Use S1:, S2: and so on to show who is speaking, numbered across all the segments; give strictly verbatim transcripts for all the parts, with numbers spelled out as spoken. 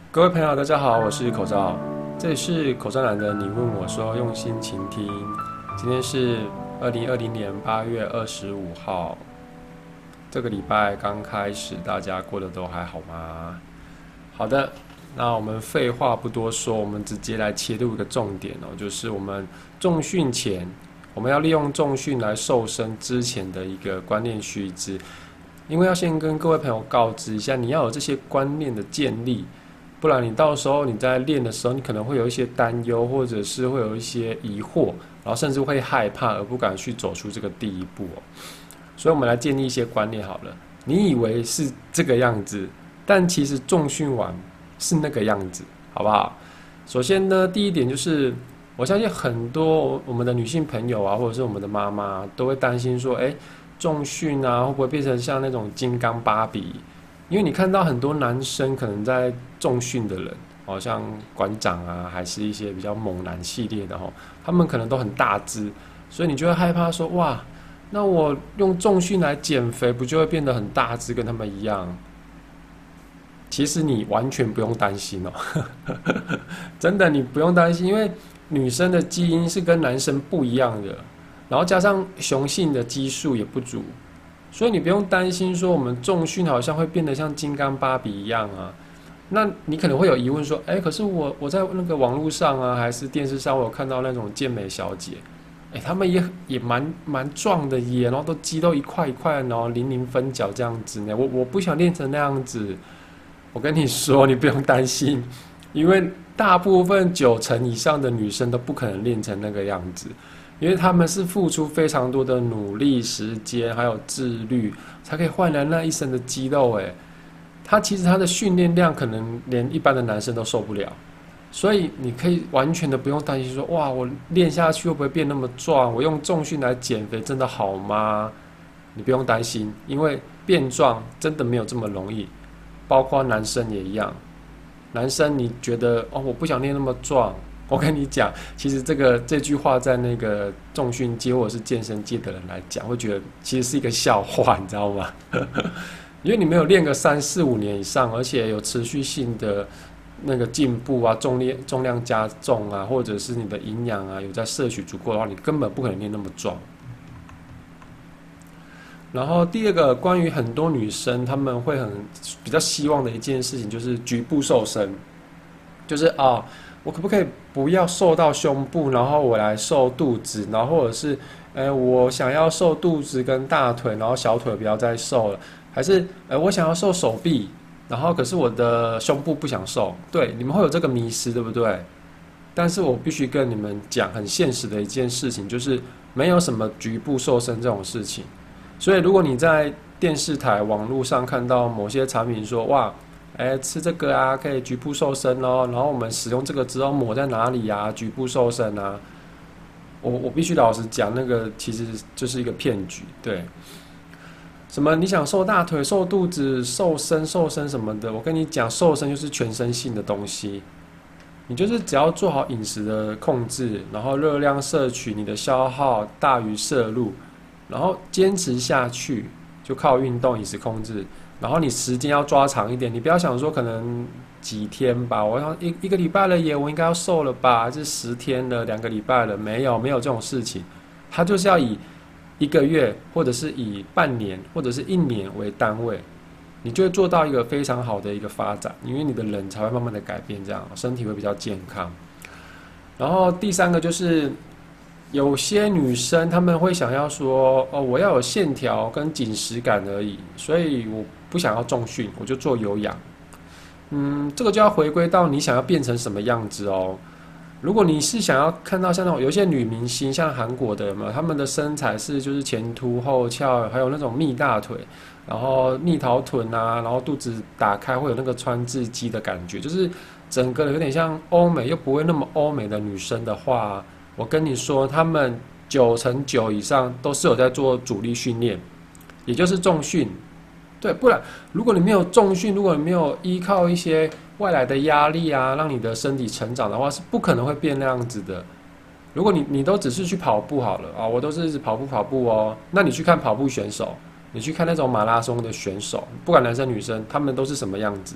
S1: 各位朋友，大家好，我是口罩，这里是口罩男的你问我说，用心倾听。今天是二零二零年八月二十五号，这个礼拜刚开始，大家过得都还好吗？好的，那我们废话不多说，我们直接来切入一个重点哦，就是我们重训前，我们要利用重训来瘦身之前的一个观念须知。因为要先跟各位朋友告知一下，你要有这些观念的建立，不然你到时候你在练的时候，你可能会有一些担忧，或者是会有一些疑惑，然后甚至会害怕而不敢去走出这个第一步哦。所以我们来建立一些观念好了。你以为是这个样子，但其实重训完是那个样子，好不好？首先呢，第一点就是，我相信很多我们的女性朋友啊，或者是我们的妈妈，都会担心说，哎，重训啊，会不会变成像那种金刚芭比？因为你看到很多男生可能在重训的人，好像馆长啊，还是一些比较猛男系列的哈，他们可能都很大只，所以你就会害怕说，哇，那我用重训来减肥，不就会变得很大只，跟他们一样？其实你完全不用担心哦，真的你不用担心，因为女生的基因是跟男生不一样的。然后加上雄性的激素也不足，所以你不用担心说我们重训好像会变得像金刚芭比一样啊。那你可能会有疑问说，哎，可是我我在那个网络上啊，还是电视上，我有看到那种健美小姐，哎，她们也也蛮蛮壮的耶，然后都肌肉一块一块，然后零零分角这样子呢。我我不想练成那样子，我跟你说，你不用担心，因为大部分九成以上的女生都不可能练成那个样子。因为他们是付出非常多的努力、时间还有自律，才可以换来那一身的肌肉。哎，他其实他的训练量可能连一般的男生都受不了，所以你可以完全的不用担心说，哇，我练下去会不会变那么壮？我用重训来减肥真的好吗？你不用担心，因为变壮真的没有这么容易，包括男生也一样。男生你觉得哦，我不想练那么壮。我跟你讲，其实这个这句话在那个重训界或者是健身界的人来讲，会觉得其实是一个笑话，你知道吗？因为你没有练个三四五年以上，而且有持续性的那个进步啊，重量重量加重啊，或者是你的营养啊有在摄取足够的话，你根本不可能练那么壮。然后第二个，关于很多女生她们会很比较希望的一件事情，就是局部瘦身，就是啊。哦，我可不可以不要瘦到胸部，然后我来瘦肚子，然后或者是，呃，我想要瘦肚子跟大腿，然后小腿不要再瘦了，还是，呃，我想要瘦手臂，然后可是我的胸部不想瘦。对，你们会有这个迷思，对不对？但是我必须跟你们讲很现实的一件事情，就是没有什么局部瘦身这种事情。所以如果你在电视台、网络上看到某些产品说，哇，哎，吃这个啊，可以局部瘦身哦。然后我们使用这个之后抹在哪里啊？局部瘦身啊。我我必须老实讲，那个其实就是一个骗局。对，什么你想瘦大腿、瘦肚子、瘦身、瘦身什么的，我跟你讲，瘦身就是全身性的东西。你就是只要做好饮食的控制，然后热量摄取，你的消耗大于摄入，然后坚持下去，就靠运动、饮食控制。然后你时间要抓长一点，你不要想说可能几天吧，我想一一个礼拜了耶，我应该要瘦了吧？还是十天了，两个礼拜了？没有，没有这种事情，它就是要以一个月，或者是以半年，或者是一年为单位，你就会做到一个非常好的一个发展，因为你的人才会慢慢的改变，这样身体会比较健康。然后第三个就是，有些女生她们会想要说，哦，我要有线条跟紧实感而已，所以我不想要重训，我就做有氧。嗯，这个就要回归到你想要变成什么样子哦。如果你是想要看到像那种有些女明星，像韩国的有没有，她们的身材是就是前凸后翘，还有那种蜜大腿，然后蜜桃臀啊，然后肚子打开会有那个川字肌的感觉，就是整个有点像欧美又不会那么欧美的女生的话，我跟你说，她们九成九以上都是有在做主力训练，也就是重训。对，不然如果你没有重训，如果你没有依靠一些外来的压力啊，让你的身体成长的话，是不可能会变那样子的。如果你你都只是去跑步好了啊，我都是跑步跑步哦，那你去看跑步选手，你去看那种马拉松的选手，不管男生女生，他们都是什么样子？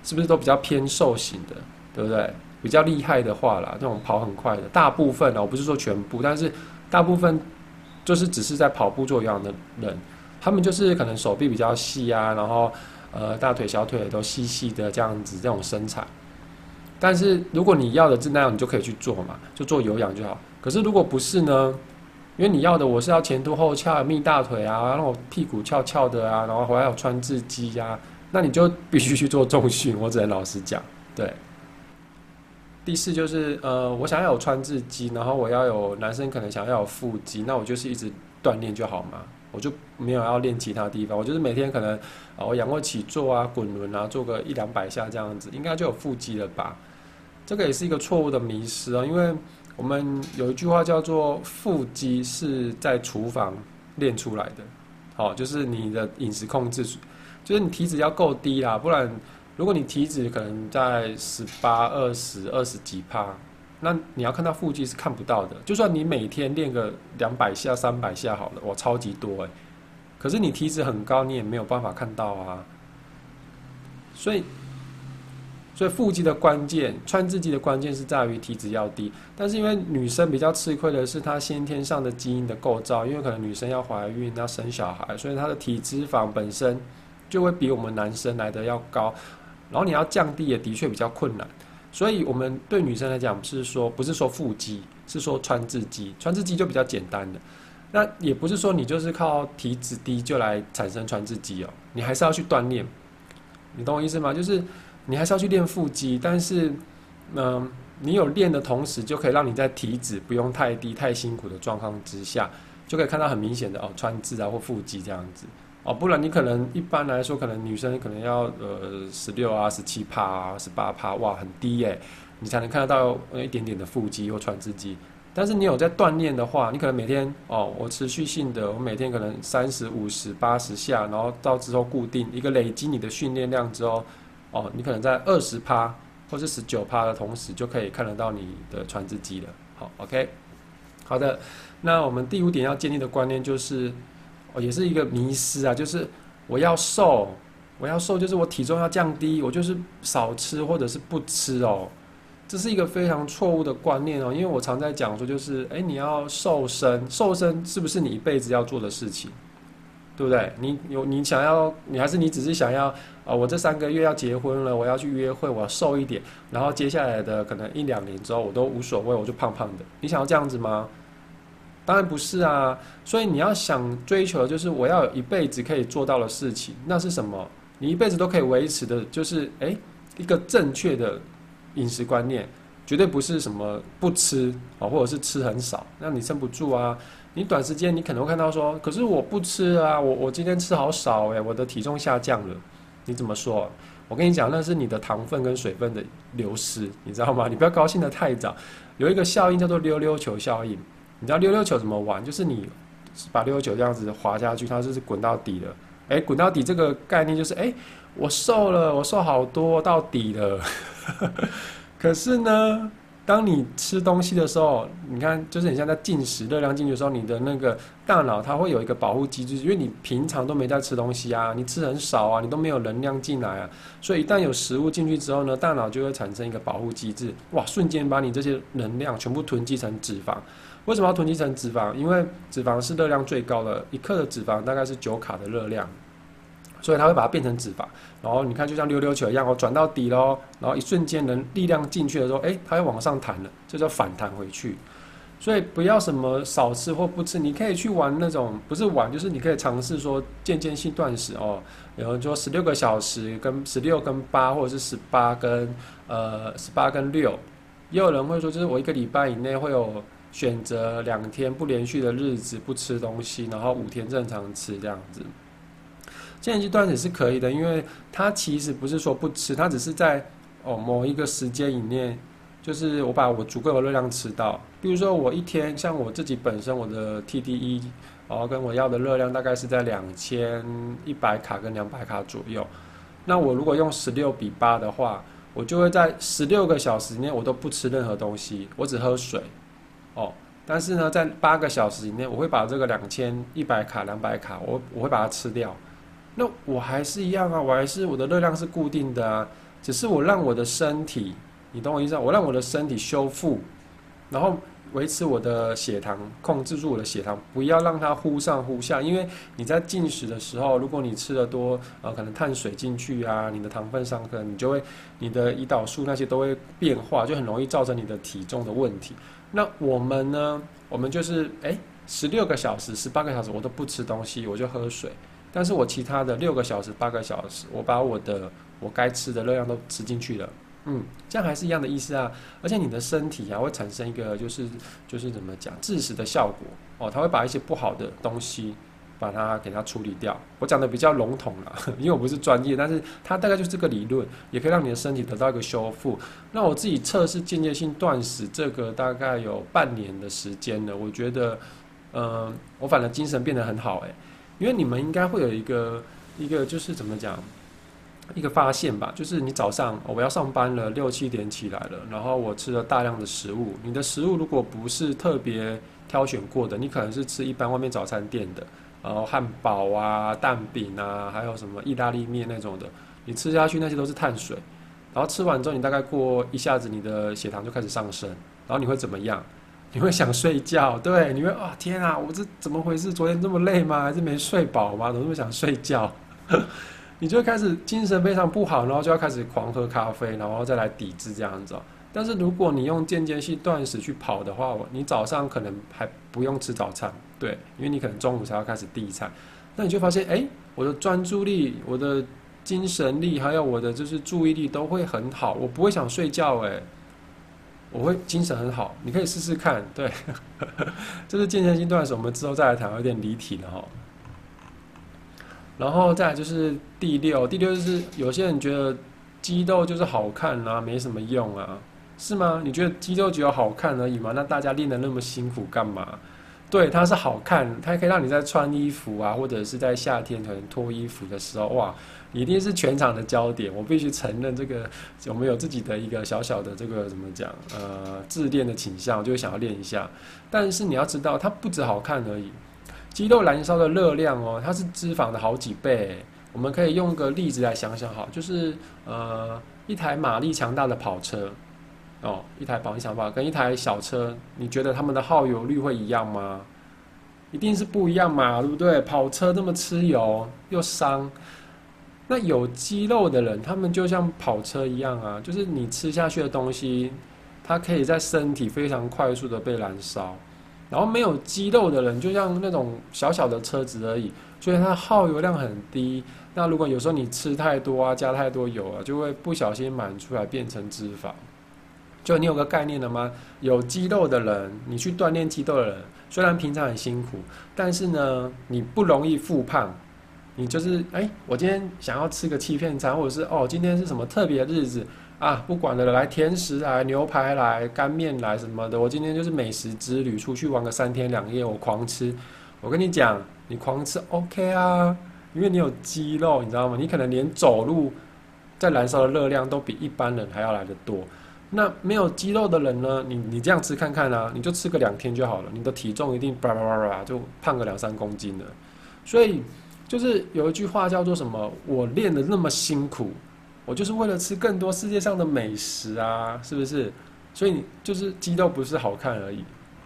S1: 是不是都比较偏瘦型的，对不对？比较厉害的话啦，那种跑很快的，大部分啊，我不是说全部，但是大部分就是只是在跑步做有氧的人，他们就是可能手臂比较细啊，然后呃大腿小腿都细细的这样子这种身材。但是如果你要的是那样，你就可以去做嘛，就做有氧就好。可是如果不是呢？因为你要的我是要前凸后翘、蜜大腿啊，然后屁股翘翘的啊，然后还有川字肌啊，那你就必须去做重训。我只能老实讲，对。第四就是呃，我想要有川字肌，然后我要有男生可能想要有腹肌，那我就是一直锻炼就好嘛，我就没有要练其他地方，我就是每天可能啊，我仰卧起坐啊、滚轮啊，做个一两百下这样子，应该就有腹肌了吧？这个也是一个错误的迷思啊，因为我们有一句话叫做腹肌是在厨房练出来的，好、哦，就是你的饮食控制，就是你体脂要够低啦，不然如果你体脂可能在十八、二十、二十几趴，那你要看到腹肌是看不到的。就算你每天练个两百下、三百下好了，哇，超级多哎，可是你体脂很高，你也没有办法看到啊，所以。所以腹肌的关键，川字肌的关键是在于体脂要低，但是因为女生比较吃亏的是她先天上的基因的构造，因为可能女生要怀孕要生小孩，所以她的体脂肪本身就会比我们男生来的要高，然后你要降低也的确比较困难，所以我们对女生来讲是说不是说腹肌，是说川字肌，川字肌就比较简单的，那也不是说你就是靠体脂低就来产生川字肌哦，你还是要去锻炼，你懂我意思吗？就是。你还是要去练腹肌，但是，嗯、呃，你有练的同时，就可以让你在体脂不用太低、太辛苦的状况之下，就可以看到很明显的哦川字啊或腹肌这样子哦，不然你可能一般来说，可能女生可能要呃十六啊、十七趴啊、十八趴，哇，很低耶，你才能看得到一点点的腹肌或川字肌。但是你有在锻炼的话，你可能每天哦，我持续性的，我每天可能三十五十、八十下，然后到之后固定一个累积你的训练量之后。哦，你可能在二十趴或是十九趴的同时，就可以看得到你的川字肌了。好 ，OK， 好的。那我们第五点要建立的观念就是，哦，也是一个迷思啊，就是我要瘦，我要瘦，就是我体重要降低，我就是少吃或者是不吃哦。这是一个非常错误的观念哦，因为我常在讲说，就是，哎，你要瘦身，瘦身是不是你一辈子要做的事情？对不对？你有你想要，你还是你只是想要啊、呃？我这三个月要结婚了，我要去约会，我要瘦一点，然后接下来的可能一两年之后我都无所谓，我就胖胖的。你想要这样子吗？当然不是啊。所以你要想追求的就是我要有一辈子可以做到的事情，那是什么？你一辈子都可以维持的，就是哎一个正确的饮食观念，绝对不是什么不吃啊，或者是吃很少，那你撑不住啊。你短时间你可能会看到说，可是我不吃啊，我我今天吃好少哎，我的体重下降了，你怎么说？我跟你讲，那是你的糖分跟水分的流失，你知道吗？你不要高兴得太早，有一个效应叫做溜溜球效应。你知道溜溜球怎么玩？就是你把溜溜球这样子滑下去，它就是滚到底了。哎，滚到底这个概念就是，哎，我瘦了，我瘦好多到底了。可是呢？当你吃东西的时候，你看，就是你像在进食热量进去的时候，你的那个大脑它会有一个保护机制，因为你平常都没在吃东西啊，你吃很少啊，你都没有能量进来啊，所以一旦有食物进去之后呢，大脑就会产生一个保护机制，哇，瞬间把你这些能量全部囤积成脂肪。为什么要囤积成脂肪？因为脂肪是热量最高的，一克的脂肪大概是九卡的热量。所以它会把它变成脂肪，然后你看就像溜溜球一样哦，转到底咯，然后一瞬间能力量进去的时候，哎，它会往上弹了，这叫反弹回去。所以不要什么少吃或不吃，你可以去玩那种不是玩，就是你可以尝试说渐渐性断食哦，有人说十六个小时跟十六跟八，或者是十八跟呃十八跟六，也有人会说就是我一个礼拜以内会有选择两天不连续的日子不吃东西，然后五天正常吃这样子。渐渐性断食是可以的，因为它其实不是说不吃，它只是在哦某一个时间以内，就是我把我足够的热量吃到。比如说我一天，像我自己本身我的 T D E， 哦跟我要的热量大概是在两千一百卡跟两百卡左右。那我如果用十六比八的话，我就会在十六个小时以内我都不吃任何东西，我只喝水，哦。但是呢，在八个小时以内，我会把这个两千一百卡、两百卡，我我会把它吃掉。那我还是一样啊，我还是我的热量是固定的啊， 只是我让我的身体，你懂我意思吗？我让我的身体修复，然后维持我的血糖，控制住我的血糖，不要让它忽上忽下。因为你在进食的时候，如果你吃的多，呃，可能碳水进去啊，你的糖分上升，你就会你的胰岛素那些都会变化，就很容易造成你的体重的问题。那我们呢？我们就是哎，十六个小时、十八个小时我都不吃东西，我就喝水。但是我其他的六个小时、八个小时，我把我的我该吃的热量都吃进去了。嗯，这样还是一样的意思啊。而且你的身体啊会产生一个就是就是怎么讲致死的效果哦，它会把一些不好的东西把它给它处理掉。我讲的比较笼统啦，因为我不是专业，但是它大概就是这个理论，也可以让你的身体得到一个修复。那我自己测试间接性断食，这个大概有半年的时间了，我觉得，嗯、呃，我反而精神变得很好哎、欸，因为你们应该会有一个一个就是怎么讲？一个发现吧，就是你早上、哦、我要上班了，六七点起来了，然后我吃了大量的食物。你的食物如果不是特别挑选过的，你可能是吃一般外面早餐店的，然后汉堡啊、蛋饼啊，还有什么意大利面那种的，你吃下去那些都是碳水。然后吃完之后，你大概过一下子，你的血糖就开始上升，然后你会怎么样？你会想睡觉，对，你会啊、哦、天啊，我这怎么回事？昨天这么累吗？还是没睡饱吗？怎么那么想睡觉？你就会开始精神非常不好，然后就要开始狂喝咖啡，然后再来抵制这样子哦。但是如果你用间接性断食去跑的话，你早上可能还不用吃早餐，对，因为你可能中午才要开始第一餐，那你就发现，哎，我的专注力、我的精神力，还有我的就是注意力都会很好，我不会想睡觉，哎，我会精神很好。你可以试试看，对，这是间接性断食，我们之后再来谈，有点离题了哈。然后再来就是第六，第六就是有些人觉得肌肉就是好看啊，没什么用啊，是吗？你觉得肌肉只有好看而已吗？那大家练得那么辛苦干嘛？对，它是好看，它可以让你在穿衣服啊，或者是在夏天可能脱衣服的时候，哇，你一定是全场的焦点。我必须承认，这个我们有自己的一个小小的这个怎么讲，呃，自恋的倾向，就会想要练一下。但是你要知道，它不只好看而已。肌肉燃烧的热量哦，它是脂肪的好几倍。我们可以用个例子来想想好，就是呃一台马力强大的跑车哦，一台马力强大跟一台小车，你觉得它们的耗油率会一样吗？一定是不一样嘛，对不对？跑车这么吃油又伤，那有肌肉的人，他们就像跑车一样啊，就是你吃下去的东西，它可以在身体非常快速的被燃烧。然后没有肌肉的人，就像那种小小的车子而已，所以它耗油量很低。那如果有时候你吃太多啊，加太多油啊，就会不小心满出来变成脂肪。就你有个概念了吗？有肌肉的人，你去锻炼肌肉的人，虽然平常很辛苦，但是呢，你不容易复胖。你就是哎，我今天想要吃个欺骗餐，或者是哦，今天是什么特别的日子。啊，不管了，来甜食来，牛排来，干面来什么的，我今天就是美食之旅，出去玩个三天两夜，我狂吃。我跟你讲，你狂吃 OK 啊，因为你有肌肉，你知道吗？你可能连走路在燃烧的热量都比一般人还要来得多。那没有肌肉的人呢？你你这样吃看看啊，你就吃个两天就好了，你的体重一定叭叭叭叭就胖个两三公斤了。所以就是有一句话叫做什么？我练得那么辛苦。我就是为了吃更多世界上的美食啊，是不是？所以就是肌肉不是好看而已。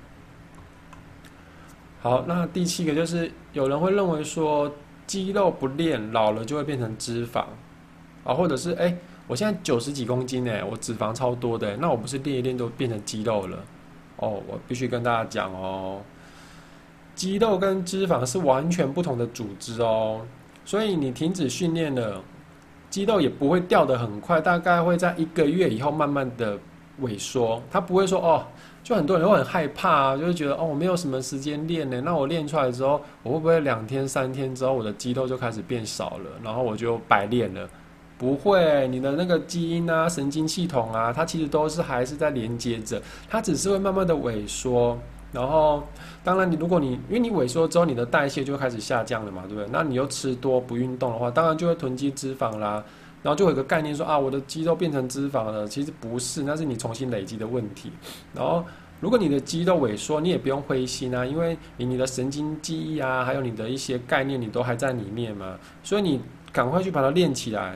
S1: 好，那第七个就是有人会认为说，肌肉不练，老了就会变成脂肪啊，或者是哎，我现在九十几公斤哎，我脂肪超多的，那我不是练一练都变成肌肉了？哦，我必须跟大家讲哦，肌肉跟脂肪是完全不同的组织哦，所以你停止训练了。肌肉也不会掉得很快，大概会在一个月以后慢慢的萎缩。它不会说哦，就很多人会很害怕啊，就会觉得哦，我没有什么时间练呢。那我练出来之后，我会不会两天三天之后我的肌肉就开始变少了，然后我就白练了？不会，你的那个基因啊、神经系统啊，它其实都是还是在连接着，它只是会慢慢的萎缩。然后，当然你如果你因为你萎缩之后，你的代谢就会开始下降了嘛，对不对？那你又吃多不运动的话，当然就会囤积脂肪啦。然后就有一个概念说啊，我的肌肉变成脂肪了，其实不是，那是你重新累积的问题。然后，如果你的肌肉萎缩，你也不用灰心啊，因为你你的神经记忆啊，还有你的一些概念，你都还在里面嘛，所以你赶快去把它练起来。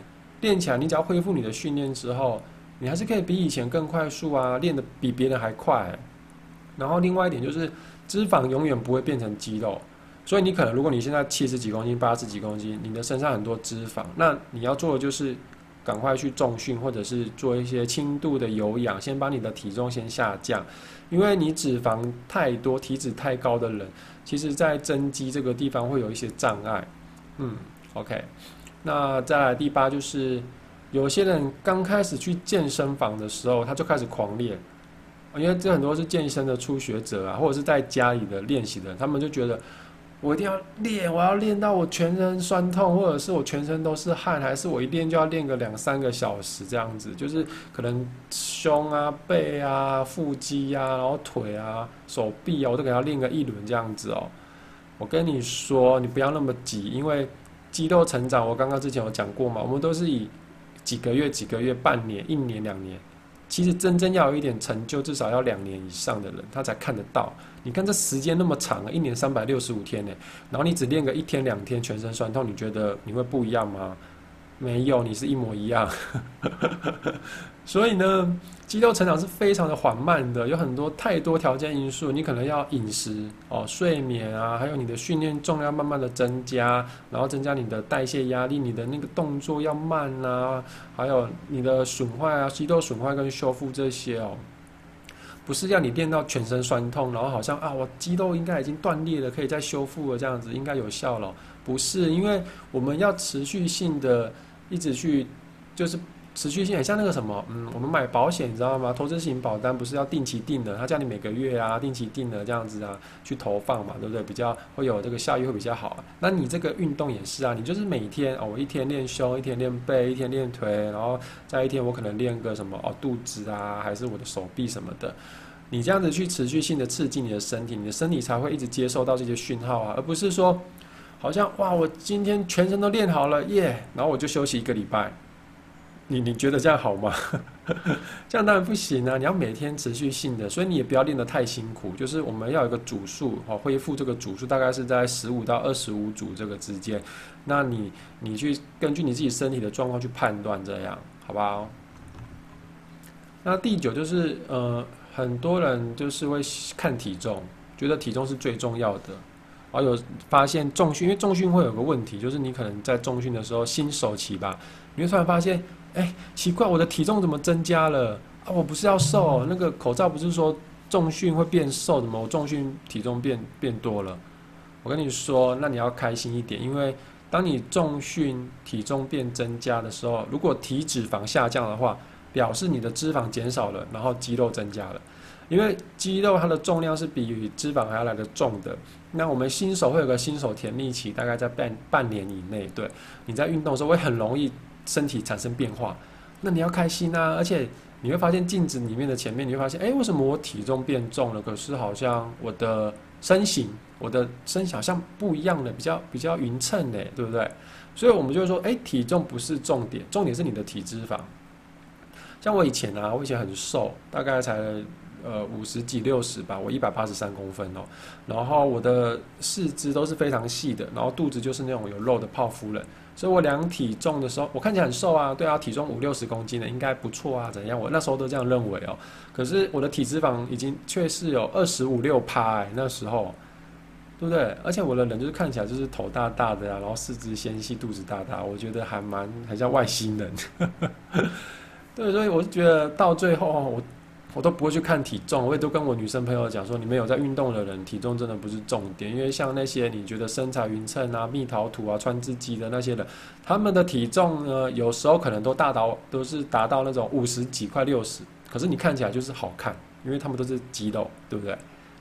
S1: 练起来，你只要恢复你的训练之后，你还是可以比以前更快速啊，练得比别人还快。然后另外一点就是，脂肪永远不会变成肌肉，所以你可能如果你现在七十几公斤、八十几公斤，你的身上很多脂肪，那你要做的就是赶快去重训，或者是做一些轻度的有氧，先把你的体重先下降，因为你脂肪太多、体脂太高的人，其实在增肌这个地方会有一些障碍。嗯 ，OK。那再来第八就是，有些人刚开始去健身房的时候，他就开始狂练，因为这很多是健身的初学者啊，或者是在家里的练习的人，他们就觉得我一定要练，我要练到我全身酸痛，或者是我全身都是汗，还是我一练就要练个两三个小时这样子，就是可能胸啊、背啊、腹肌啊，然后腿啊、手臂啊，我都给他练个一轮这样子哦。我跟你说，你不要那么急，因为肌肉成长，我刚刚之前有讲过嘛，我们都是以几个月、几个月、半年、一年、两年，其实真正要有一点成就，至少要两年以上的人，他才看得到。你看这时间那么长，一年三百六十五天呢，然后你只练个一天两天，全身酸痛，你觉得你会不一样吗？没有，你是一模一样。所以呢，肌肉成长是非常的缓慢的，有很多太多条件因素，你可能要饮食哦、睡眠啊，还有你的训练重量慢慢的增加，然后增加你的代谢压力，你的那个动作要慢啊，还有你的损坏啊，肌肉损坏跟修复这些哦。不是要你练到全身酸痛，然后好像啊，我肌肉应该已经断裂了，可以再修复了，这样子应该有效了。不是，因为我们要持续性的一直去，就是持续性，很像那个什么，嗯，我们买保险你知道吗？投资型保单不是要定期定的，它叫你每个月啊定期定的这样子啊去投放嘛，对不对？比较会有这个效益会比较好啊。那你这个运动也是啊，你就是每天哦，我一天练胸，一天练背，一天练腿，然后再一天我可能练个什么哦肚子啊，还是我的手臂什么的。你这样子去持续性的刺激你的身体，你的身体才会一直接收到这些讯号啊，而不是说好像哇，我今天全身都练好了耶， yeah, 然后我就休息一个礼拜。你你觉得这样好吗？这样当然不行啊！你要每天持续性的，所以你也不要练得太辛苦。就是我们要有一个组数，哦，恢复这个组数大概是在十五到二十五组这个之间。那你你去根据你自己身体的状况去判断，这样好不好？那第九就是呃，很多人就是会看体重，觉得体重是最重要的。然后有发现重训，因为重训会有个问题，就是你可能在重训的时候新手期吧，你会突然发现，哎，奇怪，我的体重怎么增加了啊？我不是要瘦，那个口罩不是说重训会变瘦的吗？我重训体重变变多了。我跟你说，那你要开心一点，因为当你重训体重变增加的时候，如果体脂肪下降的话，表示你的脂肪减少了，然后肌肉增加了。因为肌肉它的重量是比脂肪还要来得重的。那我们新手会有个新手甜蜜期，大概在半半年以内。对，你在运动的时候会很容易身体产生变化，那你要开心啊！而且你会发现镜子里面的前面，你会发现，哎，为什么我体重变重了？可是好像我的身形，我的身形好像不一样了，比较比较匀称嘞，对不对？所以我们就会说，哎，体重不是重点，重点是你的体脂肪。像我以前啊，我以前很瘦，大概才。呃，五十几六十吧，我一百八十三公分哦，然后我的四肢都是非常细的，然后肚子就是那种有肉的泡芙人，所以我量体重的时候，我看起来很瘦啊，对啊，体重五六十公斤的应该不错啊，怎样？我那时候都这样认为哦，可是我的体脂肪已经却是有二十五六趴，哎，那时候，对不对？而且我的人就是看起来就是头大大的啊，然后四肢纤细，肚子大大，我觉得还蛮很像外星人，对，所以我就觉得到最后我。我都不会去看体重，我也都跟我女生朋友讲说，你们有在运动的人，体重真的不是重点，因为像那些你觉得身材匀称啊、蜜桃土啊、穿自己的那些人，他们的体重呢，有时候可能都大到都是达到那种五十几、快六十，可是你看起来就是好看，因为他们都是肌肉，对不对？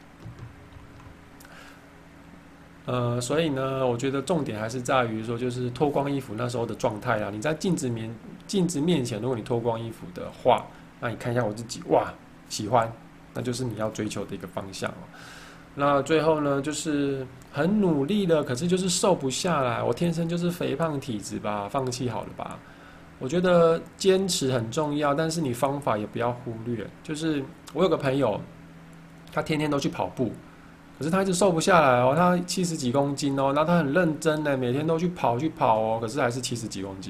S1: 呃，所以呢，我觉得重点还是在于说，就是脱光衣服那时候的状态啊。你在镜子面镜子面前，如果你脱光衣服的话，那你看一下我自己，哇！喜欢，那就是你要追求的一个方向哦。那最后呢，就是很努力的，可是就是瘦不下来。我天生就是肥胖体质吧，放弃好了吧。我觉得坚持很重要，但是你方法也不要忽略。就是我有个朋友，他天天都去跑步，可是他一直瘦不下来哦。他七十几公斤哦，然后他很认真的，每天都去跑去跑哦，可是还是七十几公斤。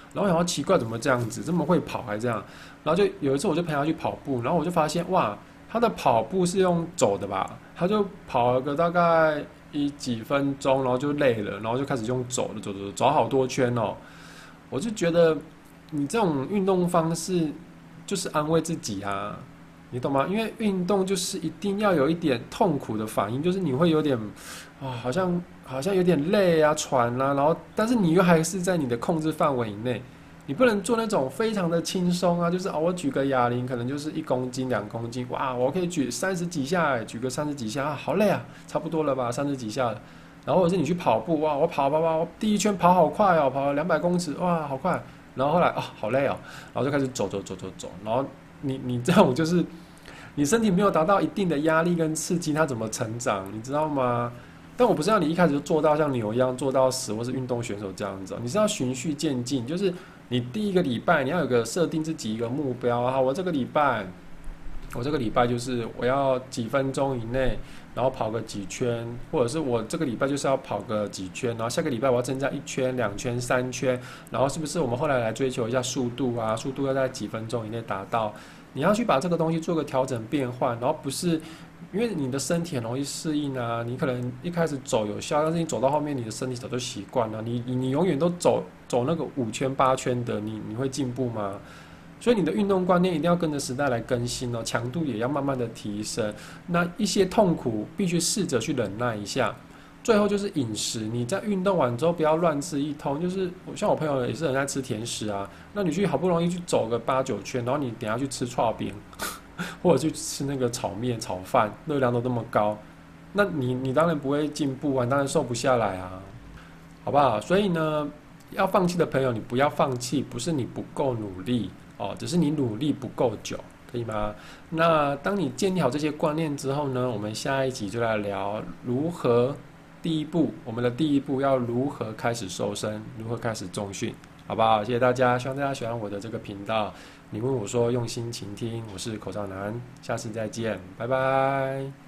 S1: 然后我想到奇怪，怎么这样子，这么会跑还这样？然后就有一次我就陪他去跑步，然后我就发现哇，他的跑步是用走的吧？他就跑了个大概一几分钟，然后就累了，然后就开始用走的，走走走，走好多圈哦。我就觉得你这种运动方式就是安慰自己啊。你懂吗？因为运动就是一定要有一点痛苦的反应，就是你会有点啊，好像好像有点累啊、喘啊，然后但是你又还是在你的控制范围以内，你不能做那种非常的轻松啊，就是哦，我举个哑铃可能就是一公斤、两公斤，哇，我可以举三十几下，举个三十几下啊，好累啊，差不多了吧，三十几下了。然后或者是你去跑步，哇，我跑跑跑，第一圈跑好快哦，跑了两百公尺，哇，好快。然后后来啊、哦，好累哦，然后就开始走走走走走，然后你你这种就是你身体没有达到一定的压力跟刺激，它怎么成长？你知道吗？但我不是让你一开始就做到像牛一样做到死，或是运动选手这样子、哦，你是要循序渐进，就是你第一个礼拜你要有个设定自己一个目标啊，我这个礼拜。我这个礼拜就是我要几分钟以内，然后跑个几圈，或者是我这个礼拜就是要跑个几圈，然后下个礼拜我要增加一圈、两圈、三圈，然后是不是我们后来来追求一下速度啊？速度要在几分钟以内达到？你要去把这个东西做个调整变换，然后不是因为你的身体很容易适应啊，你可能一开始走有效，但是你走到后面你的身体早就习惯了，你你你永远都走走那个五圈八圈的，你你会进步吗？所以你的运动观念一定要跟着时代来更新哦，强度也要慢慢的提升。那一些痛苦必须试着去忍耐一下。最后就是饮食，你在运动完之后不要乱吃一通。就是像我朋友也是很爱吃甜食啊，那你去好不容易去走个八九圈，然后你等一下去吃刨冰，或者去吃那个炒面、炒饭，热量都这么高，那你你当然不会进步啊，你当然瘦不下来啊，好不好？所以呢，要放弃的朋友，你不要放弃，不是你不够努力。哦，只是你努力不够久，可以吗？那当你建立好这些观念之后呢，我们下一集就来聊如何第一步，我们的第一步要如何开始瘦身，如何开始重训，好不好？谢谢大家，希望大家喜欢我的这个频道。你问我说用心倾听，我是口罩男，下次再见，拜拜。